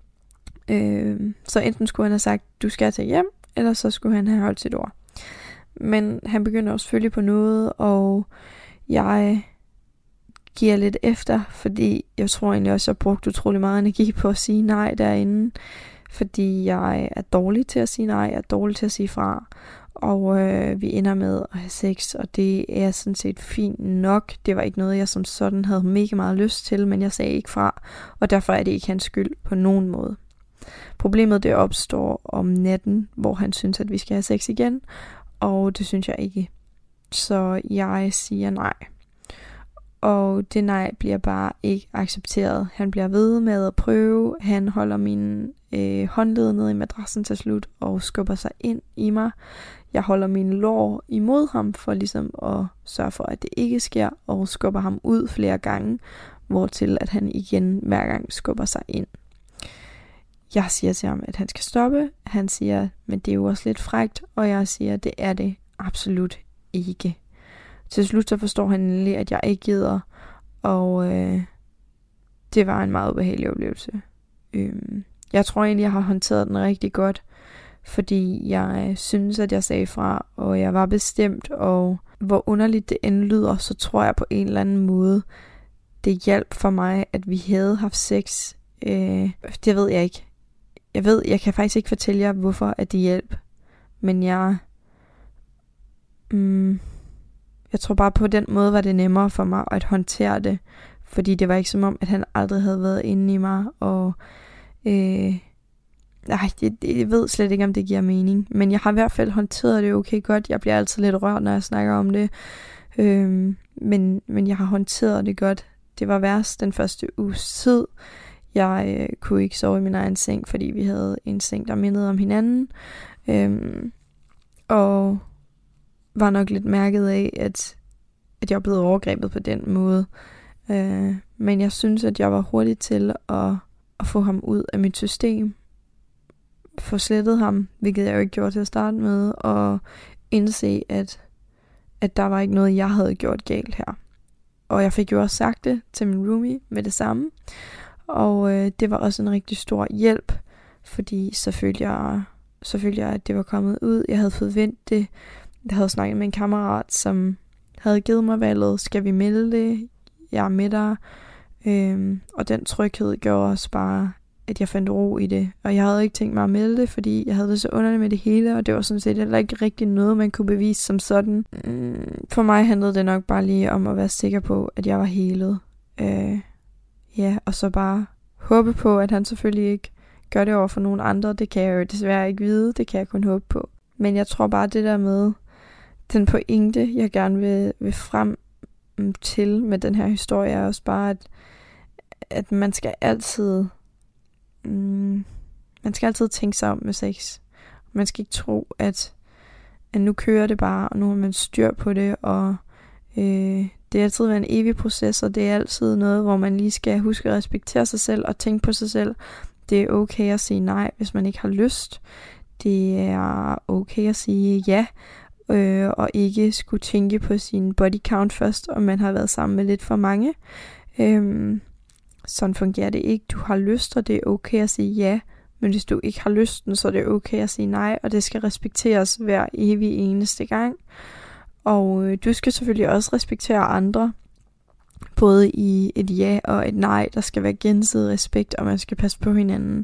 Så enten skulle han have sagt, du skal tage hjem, eller så skulle han have holdt sit ord. Men han begynder også selvfølgelig på noget, og jeg giver lidt efter, fordi jeg tror egentlig også, at jeg har brugt utrolig meget energi på at sige nej derinde, fordi jeg er dårlig til at sige nej, jeg er dårlig til at sige fra, og vi ender med at have sex, og det er sådan set fint nok. Det var ikke noget, jeg som sådan havde mega meget lyst til, men jeg sagde ikke fra, og derfor er det ikke hans skyld på nogen måde. Problemet det opstår om natten, hvor han synes, at vi skal have sex igen, og det synes jeg ikke. Så jeg siger nej. Og det nej bliver bare ikke accepteret. Han bliver ved med at prøve. Han holder min håndled ned i madrassen til slut og skubber sig ind i mig. Jeg holder mine lår imod ham for ligesom at sørge for, at det ikke sker, og skubber ham ud flere gange, hvortil at han igen hver gang skubber sig ind. Jeg siger til ham, at han skal stoppe. Han siger, men det er jo også lidt frækt, og jeg siger, det er det absolut ikke. Til slut så forstår han endelig, at jeg ikke gider, og det var en meget ubehagelig oplevelse. Jeg tror egentlig, jeg har håndteret den rigtig godt, fordi jeg synes, at jeg sagde fra, og jeg var bestemt, og hvor underligt det end lyder, så tror jeg på en eller anden måde, det hjalp for mig, at vi havde haft sex. Det ved jeg ikke. Jeg kan faktisk ikke fortælle jer, hvorfor at det hjalp, men jeg tror bare på den måde var det nemmere for mig at håndtere det, fordi det var ikke som om, at han aldrig havde været inde i mig, og jeg ved slet ikke, om det giver mening, men jeg har i hvert fald håndteret det okay godt. Jeg bliver altid lidt rørt, når jeg snakker om det, men jeg har håndteret det godt. Det var værst den første uges tid. Jeg kunne ikke sove i min egen seng, fordi vi havde en seng, der mindede om hinanden, og var nok lidt mærket af, at jeg var blevet overgrebet på den måde. Men jeg synes, at jeg var hurtig til at få ham ud af mit system. Få slettet ham, hvilket jeg jo ikke gjorde til at starte med. Og indse, at der var ikke noget, jeg havde gjort galt her. Og jeg fik jo også sagt det til min roomie med det samme. Og det var også en rigtig stor hjælp. Fordi så følte jeg, at det var kommet ud. Jeg havde fået vendt det. Jeg havde snakket med en kammerat, som havde givet mig valget, skal vi melde det? Jeg er med dig. Og den tryghed gjorde også bare, at jeg fandt ro i det. Og jeg havde ikke tænkt mig at melde det, fordi jeg havde det så underligt med det hele, og det var sådan set heller ikke rigtig noget, man kunne bevise som sådan. For mig handlede det nok bare lige om at være sikker på, at jeg var helet. Og så bare håbe på, at han selvfølgelig ikke gør det over for nogen andre. Det kan jeg jo desværre ikke vide, det kan jeg kun håbe på. Men jeg tror bare, det der med den pointe, jeg gerne vil frem til med den her historie, er også bare, at man skal altid tænke sig om med sex. Man skal ikke tro, at nu kører det bare, og nu har man styr på det, og det er altid en evig proces, og det er altid noget, hvor man lige skal huske at respektere sig selv og tænke på sig selv. Det er okay at sige nej, hvis man ikke har lyst. Det er okay at sige ja, og ikke skulle tænke på sin body count først, om man har været sammen med lidt for mange. Sådan fungerer det ikke. Du har lyst, og det er okay at sige ja, men hvis du ikke har lysten, så er det okay at sige nej, og det skal respekteres hver evig eneste gang. Og du skal selvfølgelig også respektere andre, både i et ja og et nej. Der skal være gensidig respekt, og man skal passe på hinanden.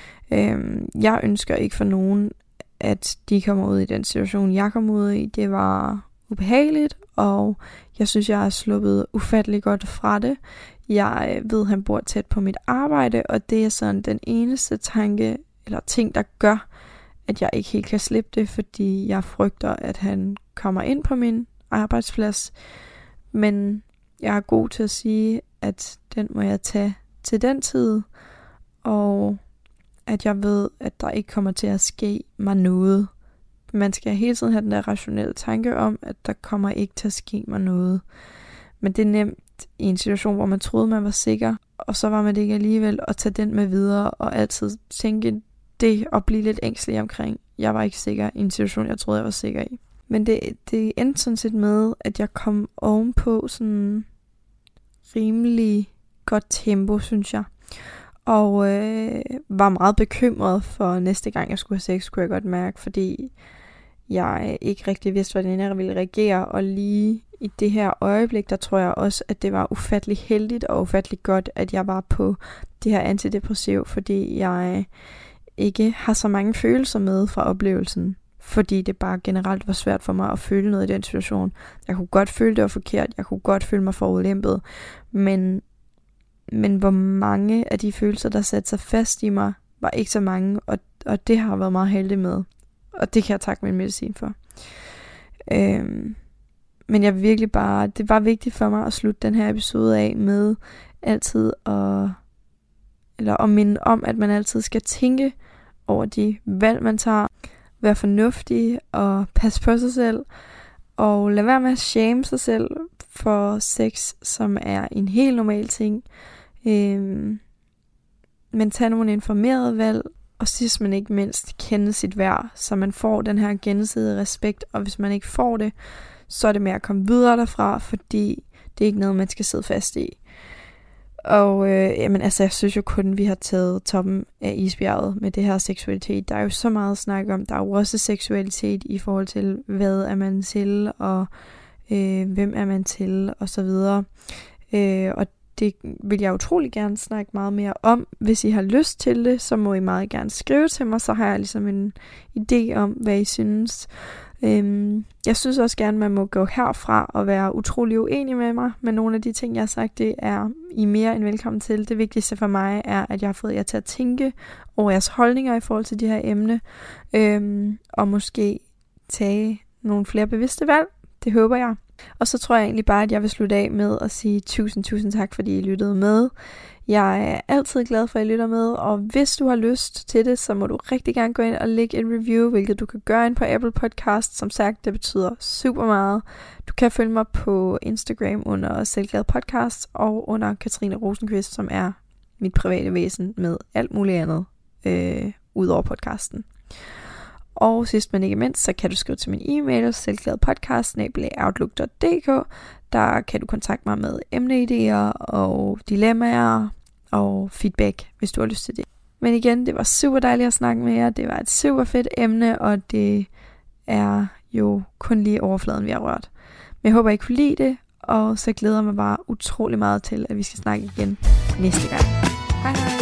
Jeg ønsker ikke for nogen, at de kommer ud i den situation, jeg kom ud i. Det var ubehageligt, og jeg synes, jeg har sluppet ufattelig godt fra det. Jeg ved, han bor tæt på mit arbejde, og det er sådan den eneste tanke eller ting, der gør, at jeg ikke helt kan slippe det, fordi jeg frygter, at han kommer ind på min arbejdsplads. Men jeg er god til at sige, at den må jeg tage til den tid, og at jeg ved, at der ikke kommer til at ske mig noget. Man skal hele tiden have den der rationelle tanke om, at der kommer ikke til at ske mig noget. Men det er nemt i en situation, hvor man troede, man var sikker, og så var man det ikke alligevel, at tage den med videre, og altid tænke det, og blive lidt ængstelig omkring. Jeg var ikke sikker i en situation, jeg troede, jeg var sikker i. Men det endte sådan set med, at jeg kom ovenpå sådan rimelig godt tempo, synes jeg. Og var meget bekymret for næste gang, jeg skulle have sex, kunne jeg godt mærke, fordi jeg ikke rigtig vidste, hvordan jeg ville reagere. Og lige i det her øjeblik, der tror jeg også, at det var ufattelig heldigt og ufattelig godt, at jeg var på det her antidepressiv, fordi jeg ikke har så mange følelser med fra oplevelsen. Fordi det bare generelt var svært for mig at føle noget i den situation. Jeg kunne godt føle, det var forkert. Jeg kunne godt føle mig forudlæmpet. Men hvor mange af de følelser, der satte sig fast i mig, var ikke så mange. Og det har jeg været meget heldig med. Og det kan jeg takke min medicin for. Men jeg virkelig bare, det var vigtigt for mig at slutte den her episode af med altid at minde om, at man altid skal tænke over de valg, man tager. Være fornuftig og passe på sig selv. Og lade være med at shame sig selv for sex, som er en helt normal ting. Men tag nogle informerede valg. Og sidst men ikke mindst, kende sit værd, så man får den her gensidige respekt. Og hvis man ikke får det, så er det med at komme videre derfra, fordi det er ikke noget, man skal sidde fast i. Og jeg synes jo kun, vi har taget toppen af isbjerget med det her seksualitet. Der er jo så meget at snakke om. Der er jo også seksualitet i forhold til, hvad er man til, og hvem er man til, og så videre. Og det vil jeg utrolig gerne snakke meget mere om. Hvis I har lyst til det, så må I meget gerne skrive til mig, så har jeg ligesom en idé om, hvad I synes. Jeg synes også gerne, man må gå herfra og være utrolig uenig med mig. Men nogle af de ting, jeg har sagt, det er I mere end velkommen til. Det vigtigste for mig er, at jeg har fået jer til at tænke over jeres holdninger i forhold til de her emne. Og måske tage nogle flere bevidste valg. Det håber jeg. Og så tror jeg egentlig bare, at jeg vil slutte af med at sige tusind tak, fordi I lyttede med. Jeg er altid glad for, at I lytter med, og hvis du har lyst til det, så må du rigtig gerne gå ind og lægge et review, hvilket du kan gøre ind på Apple Podcast. Som sagt, det betyder super meget. Du kan følge mig på Instagram under Selvglad Podcast og under Katrine Rosenqvist, som er mit private væsen med alt muligt andet ud over podcasten. Og sidst men ikke mindst, så kan du skrive til min e-mail, selvgladpodcast@outlook.dk. Der kan du kontakte mig med emneidéer og dilemmaer og feedback, hvis du har lyst til det. Men igen, det var super dejligt at snakke med jer. Det var et super fedt emne, og det er jo kun lige overfladen, vi har rørt. Men jeg håber, I kunne lide det, og så glæder jeg mig bare utrolig meget til, at vi skal snakke igen næste gang. Hej hej!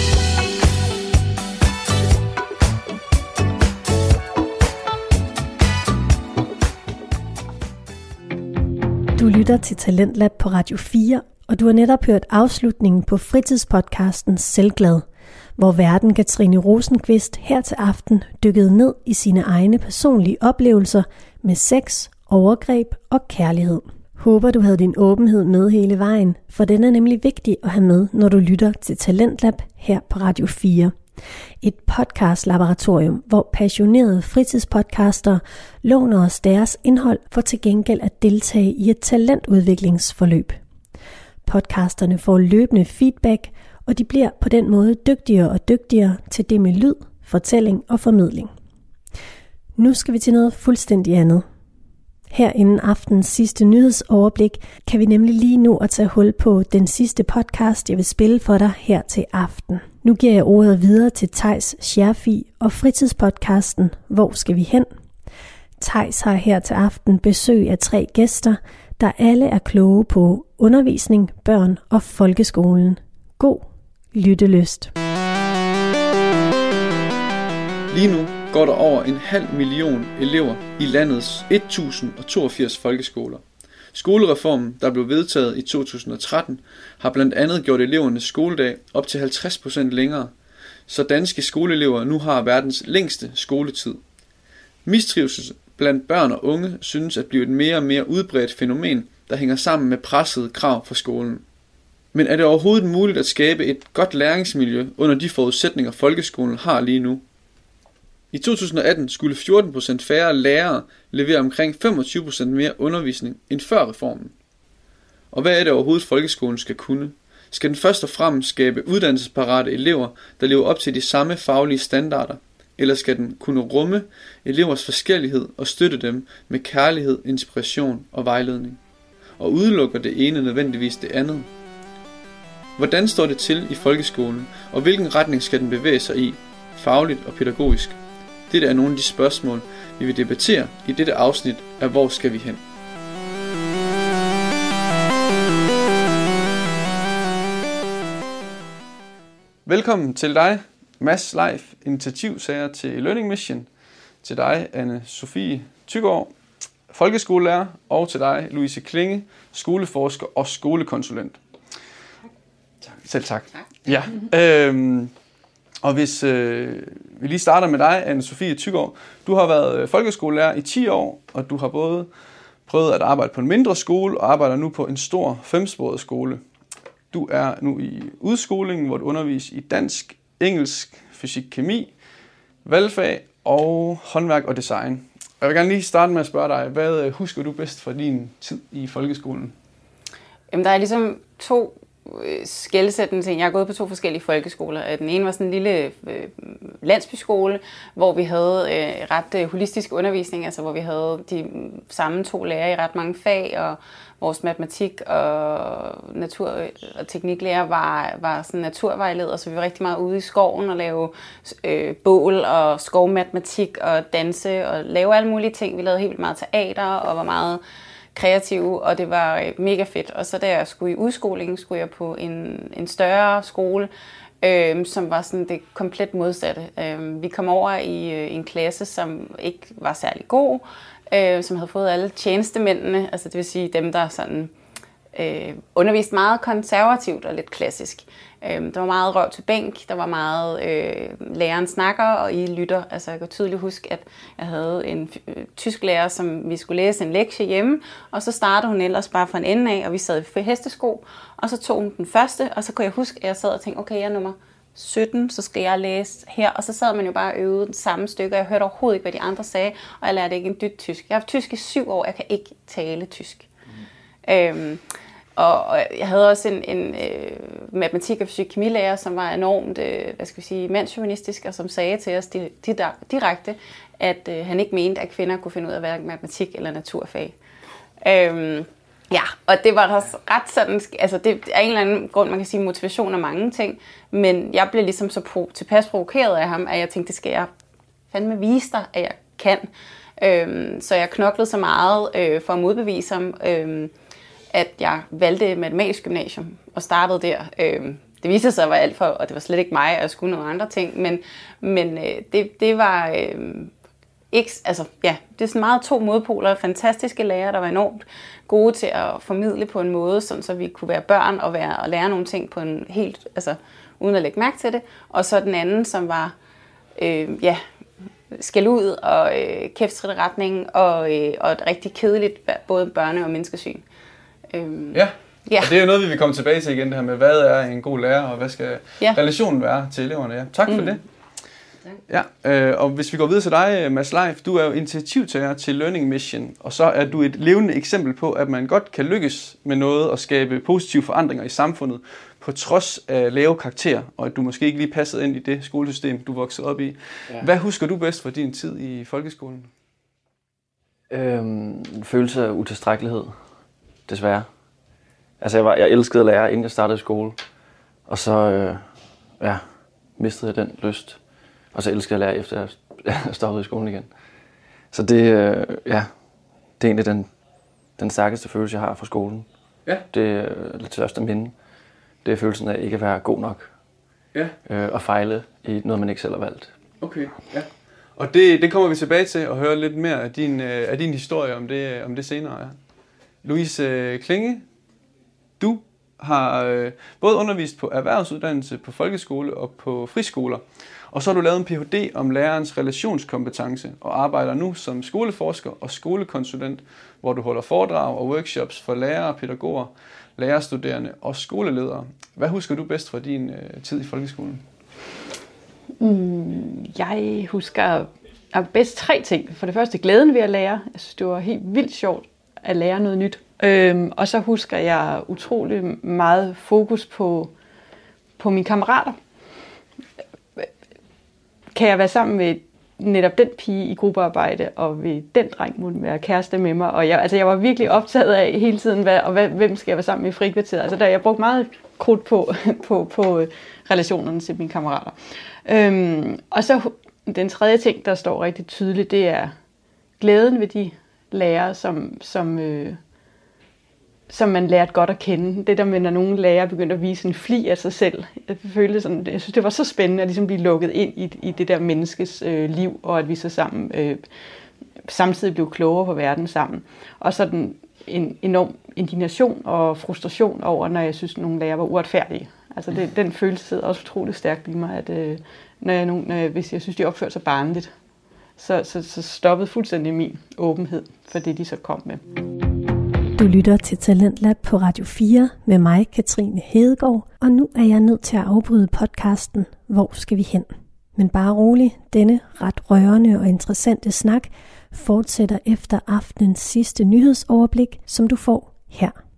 Du lytter til Talentlab på Radio 4, og du har netop hørt afslutningen på fritidspodcasten Selvglad, hvor værten Katrine Rosenqvist her til aften dykkede ned i sine egne personlige oplevelser med sex, overgreb og kærlighed. Håber du havde din åbenhed med hele vejen, for den er nemlig vigtig at have med, når du lytter til Talentlab her på Radio 4. Et podcastlaboratorium, hvor passionerede fritidspodcaster låner os deres indhold for til gengæld at deltage i et talentudviklingsforløb. Podcasterne får løbende feedback, og de bliver på den måde dygtigere og dygtigere til det med lyd, fortælling og formidling. Nu skal vi til noget fuldstændig andet. Her inden aftens sidste nyhedsoverblik kan vi nemlig lige nu at tage hul på den sidste podcast, jeg vil spille for dig her til aften. Nu giver jeg ordet videre til Theis Scherfig og fritidspodcasten Hvor skal vi hen? Theis har her til aften besøg af 3 gæster, der alle er kloge på undervisning, børn og folkeskolen. God lyttelyst. Lige nu går der over 500.000 elever i landets 1082 folkeskoler. Skolereformen, der blev vedtaget i 2013, har blandt andet gjort elevernes skoledag op til 50% længere, så danske skoleelever nu har verdens længste skoletid. Mistrivsel blandt børn og unge synes at blive et mere og mere udbredt fænomen, der hænger sammen med pressede krav fra skolen. Men er det overhovedet muligt at skabe et godt læringsmiljø under de forudsætninger, folkeskolen har lige nu? I 2018 skulle 14% færre lærere levere omkring 25% mere undervisning end før reformen. Og hvad er det overhovedet, folkeskolen skal kunne? Skal den først og fremmest skabe uddannelsesparate elever, der lever op til de samme faglige standarder? Eller skal den kunne rumme elevers forskellighed og støtte dem med kærlighed, inspiration og vejledning? Og udelukker det ene nødvendigvis det andet? Hvordan står det til i folkeskolen, og hvilken retning skal den bevæge sig i, fagligt og pædagogisk? Dette er nogle af de spørgsmål, vi vil debattere i dette afsnit af Hvor skal vi hen? Velkommen til dig, Mads Leif, initiativtager til Learning Mission. Til dig, Anne-Sophie Thygaard, folkeskolelærer. Og til dig, Louise Klinge, skoleforsker og skolekonsulent. Tak. Selv tak. Ja. Og hvis vi lige starter med dig, Anne-Sophie Thygaard. Du har været folkeskolelærer i 10 år, og du har både prøvet at arbejde på en mindre skole og arbejder nu på en stor 5-sporet skole. Du er nu i udskolingen, hvor du underviser i dansk, engelsk, fysik, kemi, valgfag og håndværk og design. Jeg vil gerne lige starte med at spørge dig, hvad husker du bedst fra din tid i folkeskolen? Jamen, der er ligesom 2 skelsættende ting. Jeg har gået på 2 forskellige folkeskoler. Den ene var sådan en lille landsbyskole, hvor vi havde ret holistisk undervisning, altså hvor vi havde de samme 2 lærere i ret mange fag, og vores matematik og natur- og tekniklærer var sådan naturvejleder, så vi var rigtig meget ude i skoven og lave bål og skovmatematik og danse og lave alle mulige ting. Vi lavede helt vildt meget teater og var meget kreative, og det var mega fedt. Og så da jeg skulle i udskolingen, skulle jeg på en større skole, som var sådan det komplet modsatte. Vi kom over i en klasse, som ikke var særlig god, som havde fået alle tjenestemændene, altså det vil sige dem, der sådan undervist meget konservativt og lidt klassisk. Der var meget røv til bænk, der var meget læreren snakker, og I lytter. Altså jeg kan tydeligt huske, at jeg havde en tysk lærer, som vi skulle læse en lektie hjemme, og så startede hun ellers bare fra en ende af, og vi sad i hestesko, og så tog hun den første, og så kunne jeg huske, at jeg sad og tænkte, okay, jeg er nummer 17, så skal jeg læse her, og så sad man jo bare og øvede den samme stykke, og jeg hørte overhovedet ikke, hvad de andre sagde, og jeg lærte ikke en dyt tysk. Jeg har haft tysk i 7 år, jeg kan ikke tale tysk. Og jeg havde også en matematik- og fysik-kemilærer, som var enormt, mandsjuvenistisk, og som sagde til os direkte, at han ikke mente, at kvinder kunne finde ud af hverken matematik eller naturfag. Ja, og det var også ret sådan, altså det er en eller anden grund, man kan sige motivation af mange ting, men jeg blev ligesom så tilpas provokeret af ham, at jeg tænkte, det skal jeg fandme vise dig, at jeg kan. Så jeg knoklede så meget for at modbevise ham, at jeg valgte matematisk gymnasium og startede der. Det viste sig at være alt for, og det var slet ikke mig, og jeg skulle nogle andre ting, men det var ikke, altså ja, det er sådan meget 2 modpoler, fantastiske lærere, der var enormt gode til at formidle på en måde, sådan så vi kunne være børn og lære nogle ting på en helt, altså uden at lægge mærke til det, og så den anden, som var skæld ud og kæftritteretning og et rigtig kedeligt både børne- og menneskesyn. Ja, og det er jo noget, vi vil komme tilbage til igen, det her med, hvad er en god lærer, og hvad skal relationen være til eleverne. Ja. Tak for det. Ja, og hvis vi går videre til dig, Mads Leif, du er jo initiativtager til Learning Mission, og så er du et levende eksempel på, at man godt kan lykkes med noget og skabe positive forandringer i samfundet, på trods af lave karakterer, og at du måske ikke lige passede ind i det skolesystem, du voksede op i. Ja. Hvad husker du bedst fra din tid i folkeskolen? En følelse af utilstrækkelighed, desværre. Altså jeg elskede at lære, inden jeg startede i skole, og så mistede jeg den lyst. Og så elsker jeg at lære, efter jeg stoppede i skolen igen. Så det er egentlig den stærkeste følelse, jeg har fra skolen. Ja. Det er det største minde. Det er følelsen af ikke at være god nok. Ja. Og fejle i noget, man ikke selv har valgt. Okay, ja. Og det kommer vi tilbage til at høre lidt mere af din historie om det senere. Ja. Louise Klinge, du har både undervist på erhvervsuddannelse, på folkeskole og på friskoler. Og så har du lavet en Ph.D. om lærerens relationskompetence og arbejder nu som skoleforsker og skolekonsulent, hvor du holder foredrag og workshops for lærere, pædagoger, lærerstuderende og skoleledere. Hvad husker du bedst fra din tid i folkeskolen? Jeg husker bedst 3 ting. For det første glæden ved at lære. Jeg synes, det var helt vildt sjovt at lære noget nyt. Og så husker jeg utrolig meget fokus på mine kammerater. Kan jeg være sammen med netop den pige i gruppearbejde, og vil den dreng måtte være kæreste med mig? Og jeg var virkelig optaget af hele tiden, hvem skal jeg være sammen med i frikvarteret? Altså jeg brugte meget krudt på relationerne til mine kammerater. Og så den tredje ting, der står rigtig tydeligt, det er glæden ved de lærere, som man lærte godt at kende. Det der med, når nogle lærere begyndte at vise en fli af sig selv. Jeg synes, det var så spændende at ligesom blive lukket ind i det der menneskes liv, og at vi så sammen samtidig blev klogere på verden sammen. Og så en enorm indignation og frustration over, når jeg synes, at nogle lærere var uretfærdige. Altså den følelse sidder også utroligt stærkt i mig, at hvis jeg synes, de opførte sig barnligt. så stoppede fuldstændig min åbenhed for det, de så kom med. Du lytter til Talentlab på Radio 4 med mig, Katrine Hedegaard, og nu er jeg nødt til at afbryde podcasten. Hvor skal vi hen? Men bare rolig, denne ret rørende og interessante snak fortsætter efter aftenens sidste nyhedsoverblik, som du får her.